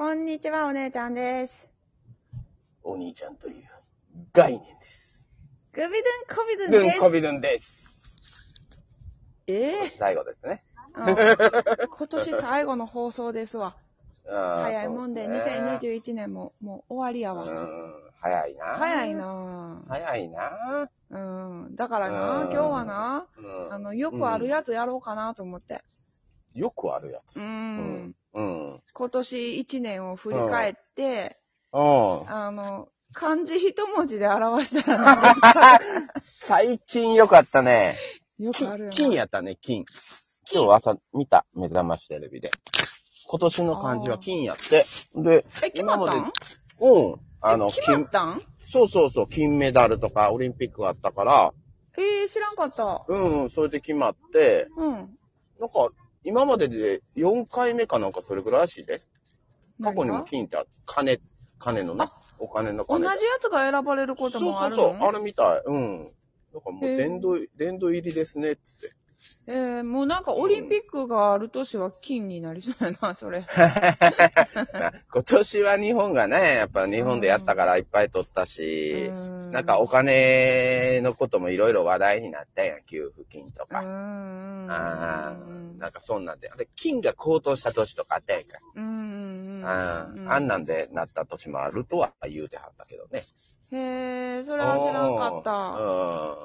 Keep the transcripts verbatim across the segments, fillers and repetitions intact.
こんにちは、お姉ちゃんです。 お兄ちゃんという概念です。 グビドゥンコビドゥンです。 ドゥンコビドゥンです。 ええー、 最後ですね。 うん、今年最後の放送ですわ。 あ早いもんで、 ね、 にせんにじゅういちねんももう終わりやわ。 うん、早いな。 早いな。 早いな。 うん、だからな、今日はな、うん、あの、よくあるやつやろうかなと思って。 うん、よくあるやつ。 うん。 うん。 今年いちねんを振り返って、 うん、 あの、漢字一文字で表したら何ですか？ 最近よかったね。 よくあるよな。 金やったね、金。今日朝見た、目覚ましテレビで。今年の漢字は金やって。で、 え、決まったん？ うん。あの、 決まったん？ そうそうそう、金メダルとかオリンピックがあったから。 えー、知らんかった。 うん、それで決まって。 うん。 なんか、今まででよんかいめかなんかそれぐらいらしいで。過去にも金ってあった。金、金のね。お金の金。 同じやつが選ばれることもあるの？ そうそうそう、あれみたい。うん。なんかもう殿堂、殿堂入りですね、つって。 えー、もうなんかオリンピックがある年は金になりそうやな、それ。 今年は日本がね、やっぱ日本でやったからいっぱい取ったし、んなんかお金のこともいろいろ話題になったやん、給付金とか。うんあなんかそんなんで。で、金が高騰した年とかあったやんか。うんあんなんでなった年もあるとは言うてはったけどね。 へえ、それは知らんかった。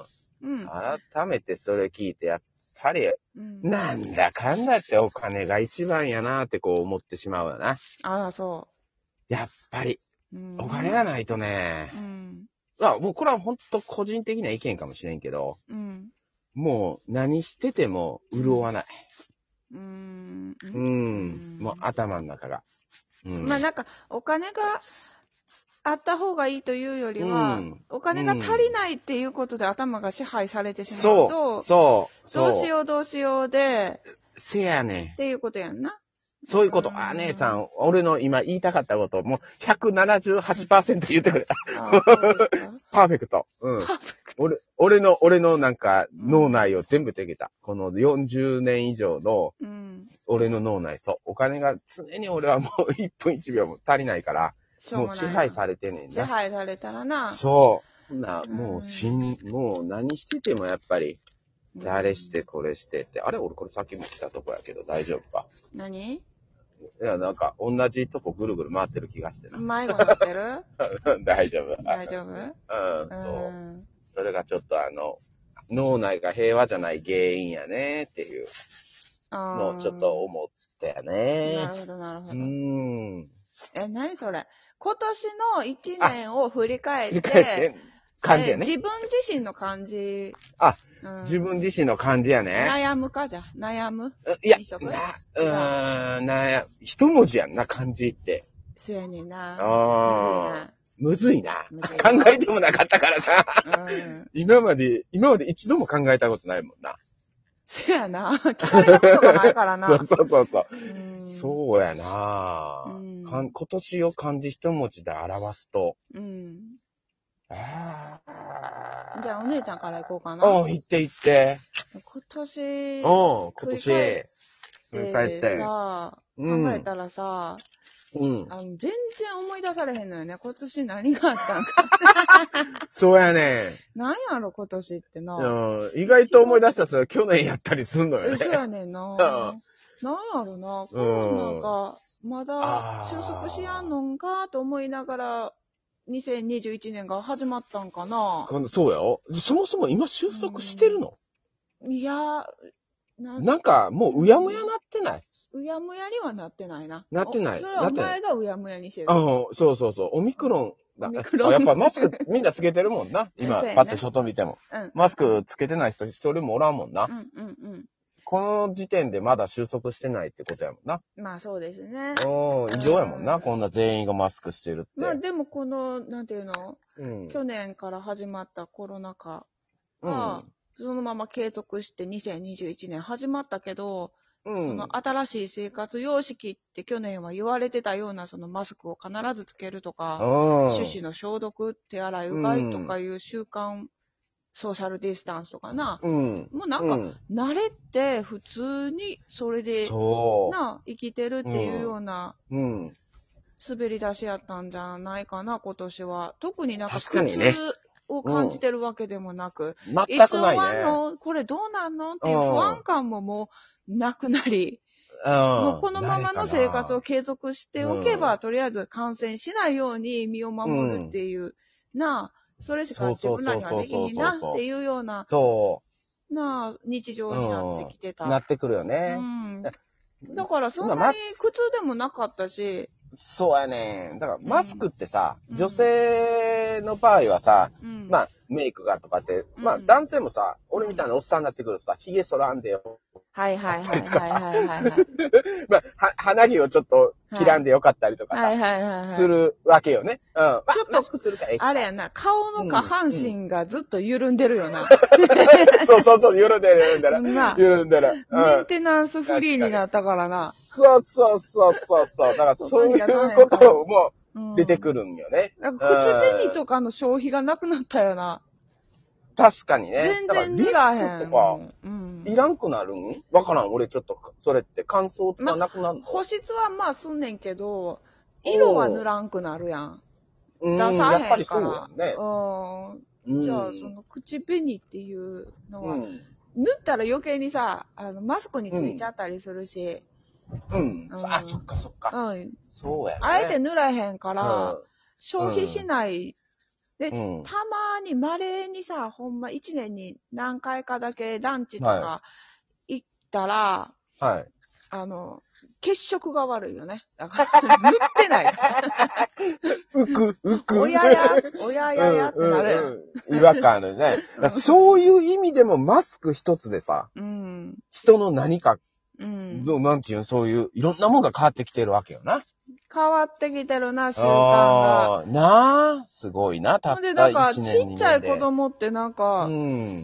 うん。改めてそれ聞いて、やっぱり、うん、なんだかんだってお金が一番やなってこう思ってしまうよな。 ああ、そう。 やっぱり、うん、お金がないとね、うん、あもうこれは本当個人的な意見かもしれんけど、うん、もう何してても潤わない。うん。うん。うん、もう頭の中が。 うん、まあなんか、お金が、あった方がいいというよりは、うん、お金が足りないっていうことで頭が支配されてしまうと、 そう、 そう、どうしようどうしようで、 せやねん。 っていうことやんな。 そういうこと。あ、姉さん、俺の今言いたかったこと、もうひゃくななじゅうはちパーセント 言ってくれた。あパーフェクト。うん。パーフェクト。俺、俺の、俺のなんか脳内を全部手げた。このよんじゅうねん以上の、俺の脳内、そう。お金が常に俺はもういっぷんいちびょうも足りないから、もう支配されてんねんな。 支配されたらな。 そう。な、もうしん、もう何しててもやっぱり、あれしてこれしてって。あれ俺これさっきも来たとこやけど大丈夫か？ 何？ いや、なんか同じとこぐるぐる回ってる気がしてな。 迷子になってる？ 大丈夫。 大丈夫？うん、 そう。それがちょっとあの、脳内が平和じゃない原因やねっていうのをちょっと思ったよね。 なるほど、なるほど。 うん。 え、何それ？今年のいちねんを振り返って、 漢字やね。 自分自身の漢字。 あ、うん、自分自身の漢字やね。 悩むかじゃ。悩む。 いや、な、うーん、悩、一文字やんな、漢字って。 そうやねんな。 あむずいな。むずいな。考えてもなかったからな。うん、今まで、今まで一度も考えたことないもんな。 そうやな。聞かれたことがないからな。 そうそうそうそう。うん、そうやな、うん、かん。今年を漢字一文字で表すと。うん。 あじゃあお姉ちゃんから行こうかな。 うん、行って行って。 今年、 うん、今年、 振り返ってさ、考えたらさ、うん、あの全然思い出されへんのよね。今年何があったんか。 そうやね。 何やろ、今年ってな。 うん、意外と思い出したらそれ去年やったりすんのよね。 そうやねんな。何やろな。コロナがまだ収束しやんのんかと思いながら、にせんにじゅういちねんが始まったんかな。 そうやよ。そもそも今収束してるの？ いやな、なんかもううやむやなってない？ うやむやにはなってないな。 なってない。 それはお前がうやむやにしてる。 ああ、そうそうそう。オミクロンだ。オミクロン。やっぱマスクみんなつけてるもんな。今、ね、パッて外見ても、うん。マスクつけてない人一人もおらんもんな。うんうんうん。この時点でまだ収束してないってことやもんな。 まあそうですね。 うん、異常やもんな。こんな全員がマスクしてるって。 まあでもこの、なんていうの、うん、去年から始まったコロナ禍が、うん、そのまま継続してにせんにじゅういちねん始まったけど、うん、その新しい生活様式って去年は言われてたようなそのマスクを必ずつけるとか、手指の消毒、手洗い、うがいとかいう習慣、ソーシャルディスタンスとかな、うん、もうなんか、うん、慣れって普通にそれでな生きてるっていうような滑り出しやったんじゃないかな、今年は。特になんか確かにね苦痛を感じてるわけでもなく、 全くないね。 いつ終わんのこれどうなんのっていう不安感ももうなくなり、 うん。 もうこのままの生活を継続しておけば、 うんとりあえず感染しないように身を守るっていう、なあ、それしか自分らにはできひんなっていうような、 そなあ、日常になってきてた。 う。なってくるよね。 うん。だからそんなに苦痛でもなかったし。 そうやね。だからマスクってさ、 うん、 女性の場合はさ、うん、まあメイクがとかって、うん、まあ男性もさ、俺みたいなおっさんになってくるとさ、髭剃らんでよ。 はいはいはいはいはいはい、はい。 まあ、は、鼻毛をちょっと切らんでよかったりとかさ、 はいはいはいはい、 するわけよね。うん。 ちょっと、マスクするからあれやな、顔の下半身がずっと緩んでるよな。 うん、そうそうそう、緩んでる緩んでる。まあ、緩んでる、 うん。メンテナンスフリーになったからな。 そうそうそうそうそう。だからそういうことも出てくるんよね。 うん、口紅とかの消費がなくなったよな。 確かにね。 全然塗らへん。 とか、うん、いらんくなるんわからん。俺ちょっと、それって乾燥とかなくなるの、ま、 保湿はまあすんねんけど、色は塗らんくなるやん。出さへんから。やっぱりそうやんね。うん。じゃあ、その口紅っていうのは、うん、塗ったら余計にさ、あの、マスクについちゃったりするし。 うん。うん、あ、そっかそっか。うん。そうやね。 あえて塗らへんから、うん、消費しない。で、うん、たまに稀にさ、ほんま一年に何回かだけランチとか行ったら、はい。あの、血色が悪いよね。だから塗ってない。 うく、うく。 おやや、おやややってなる。 うんうん、違和感あるね。そういう意味でもマスク一つでさ、うん、人の何か、うん、なんていうの、そういういろんなものが変わってきてるわけよな。 変わってきてるな、習慣が。 なあ、すごいな、たったいちねん。で、だから、 ちっちゃい子供ってなんか、うん、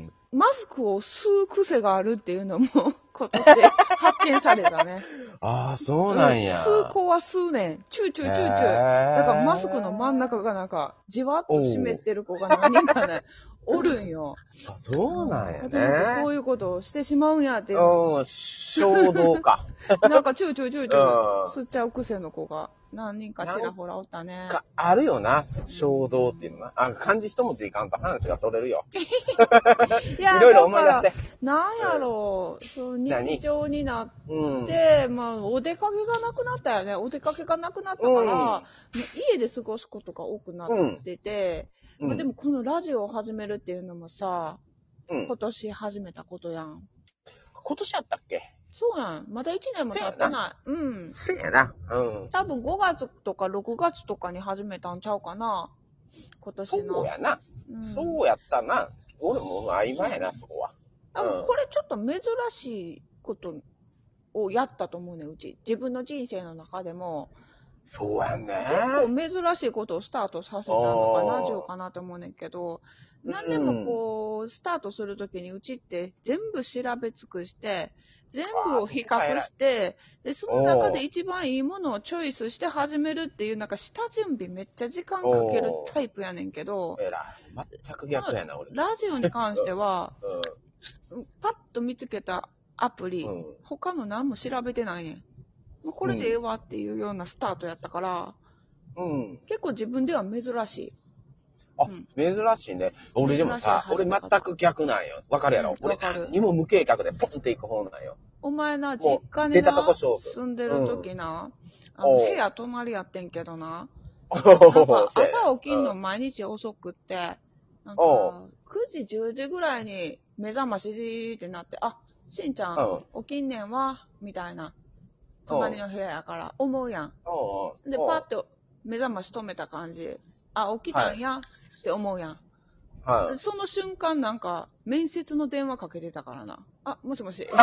マスクを吸う癖があるっていうのも、今年発見されたね。 ああ、そうなんや。 吸う子は吸うねん。チューチューチューチュー。だからマスクの真ん中がなんか、じわっと湿ってる子が何人かね、おるんよ。 あ、そうなんやね。 そういうことをしてしまうんやっていうの。 うん、衝動か。 なんかチューチューチューチュー吸っちゃう癖の子が何人かちらほらおったね。 かあるよな、衝動っていうのは。あ、漢字一文字いかんと話がそれるよ。いろいろ思い出して。 なんやろう、そう日常になって、うん、まあ、お出かけがなくなったよね。お出かけがなくなったから、うん、家で過ごすことが多くなってて、うんまあ、でもこのラジオを始めるっていうのもさ、うん、今年始めたことやん。 今年やったっけ？ そうやん。まだいちねんも経ってない。うん。 そうやな。うん。 多分ごがつとかろくがつとかに始めたんちゃうかな。今年の。 そうやな。うん、そうやったな。俺も曖昧やな、そこは。 多分これちょっと珍しいことをやったと思うね、うち。自分の人生の中でも。 そうやね。 結構珍しいことをスタートさせたのがラジオかなと思うねんけど、何でもこう、スタートするときにうちって全部調べ尽くして、全部を比較して、で、その中で一番いいものをチョイスして始めるっていう、なんか下準備めっちゃ時間かけるタイプやねんけど、 えらい。全く逆やな、俺。 ラジオに関しては、うん、パッと見つけたアプリ、うん、他の何も調べてないねん。これでええわっていうようなスタートやったから、うん、結構自分では珍しい。 あ、うん、珍しいね。俺でもさ、俺全く逆なんよ。わかるやろ、うん、俺何も無計画でポンっていく方なんよ。 お前な、実家にな、住んでる時な、うん、あの部屋隣やってんけどな、なんか朝起きんの毎日遅くって、なんかくじ、じゅうじぐらいに目覚ましってなって、あ、しんちゃん起きんねんわ、みたいな。隣の部屋やから思うやん。で、パッと目覚まし止めた感じ。あ、起きたんや、はい、って思うやん。はい、その瞬間なんか、面接の電話かけてたからな。あ、もしもし。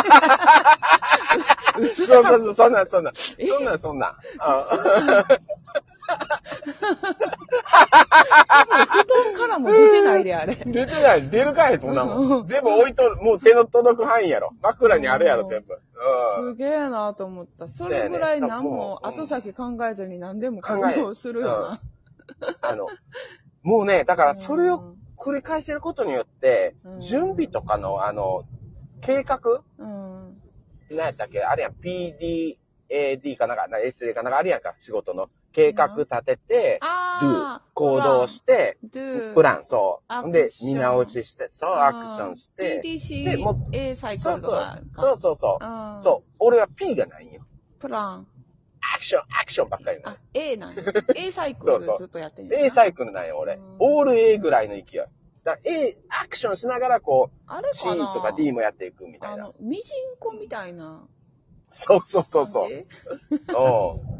そうそうそう、そんな、そんな。そんな、そんな。 布団からも出てないで、あれ。 出てない。出るかい、そんなもん。全部置いとる。もう手の届く範囲やろ。枕にあるやろ、全部。 すげえなと思った。それぐらい何も後先考えずに何でも行動するよな。 あの、もうね、だからそれを繰り返してることによって、準備とかの、あの、計画、うん、何やったっけあれやん、ピーディーエーディー かなんか、エスエー かなんかあるやんか、仕事の。計画立てて、 あ do、行動して、 do、 プラン、そう。で、 アクション見直しして、そう、アクションして、 ピーディーシで、もー A サイクそうそうルとか。 そうそうそううん。 そう。俺は P がないんよ。 プラン。 アクション、アクションばっかりなの。 あ、A なんや。A サイクルずっとやってんや。 A サイクルなんよ、俺。オール A ぐらいの勢い。だ A、アクションしながらこう、 あれか C なとか D もやっていくみたいな。 あの、ミジンコみたいな。 そうそうそうそう。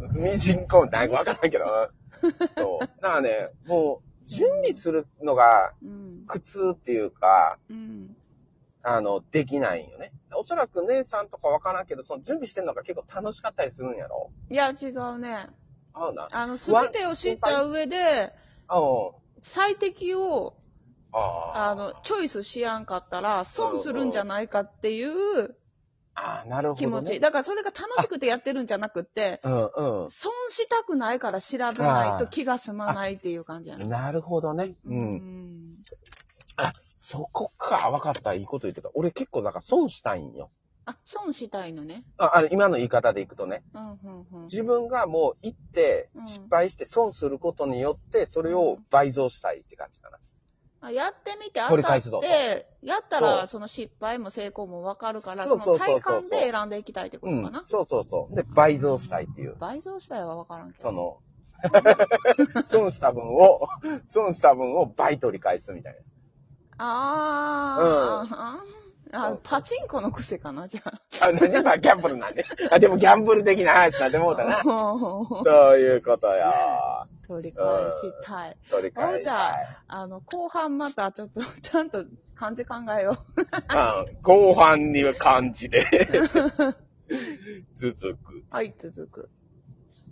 うん。ミジンコなんかわからんけど。そう。だからね、もう、準備するのが苦痛っていうか、うん、あの、できないんよね。おそらく姉さんとかわからんけど、その準備してるのが結構楽しかったりするんやろ？ いや、違うね。 あうな。 あの、すべてを知った上で、最適を、あの、チョイスしやんかったら、損するんじゃないかっていう、 ああ、なるほど、ね。 気持ち。だからそれが楽しくてやってるんじゃなくて、うんうん、損したくないから調べないと気が済まないっていう感じやね。 なるほどね。うん。うん、あ、そこか。わかった。いいこと言ってた。俺結構なんか損したいんよ。 あ、損したいのね。 あ、あの今の言い方でいくとね、うんうんうん。自分がもう行って失敗して損することによって、それを倍増したいって感じかな。 やってみて当たって、やったらその失敗も成功もわかるから、その体感で選んでいきたいってことかな。 うん、そうそうそう。で、倍増したいっていう。 倍増したいはわからんけど。 その、損した分を、損した分を倍取り返すみたいな。 あー、うん、あ、パチンコの癖かな、じゃあ。 あ、何まあギャンブルなんで。あ、でもギャンブル的な話なんてもうたな。そういうことよ。 取り返したい。 取り返したい。 じゃあ、あの、後半またちょっと、ちゃんと漢字考えよう。 うん、後半には漢字で。続く。 はい、続く。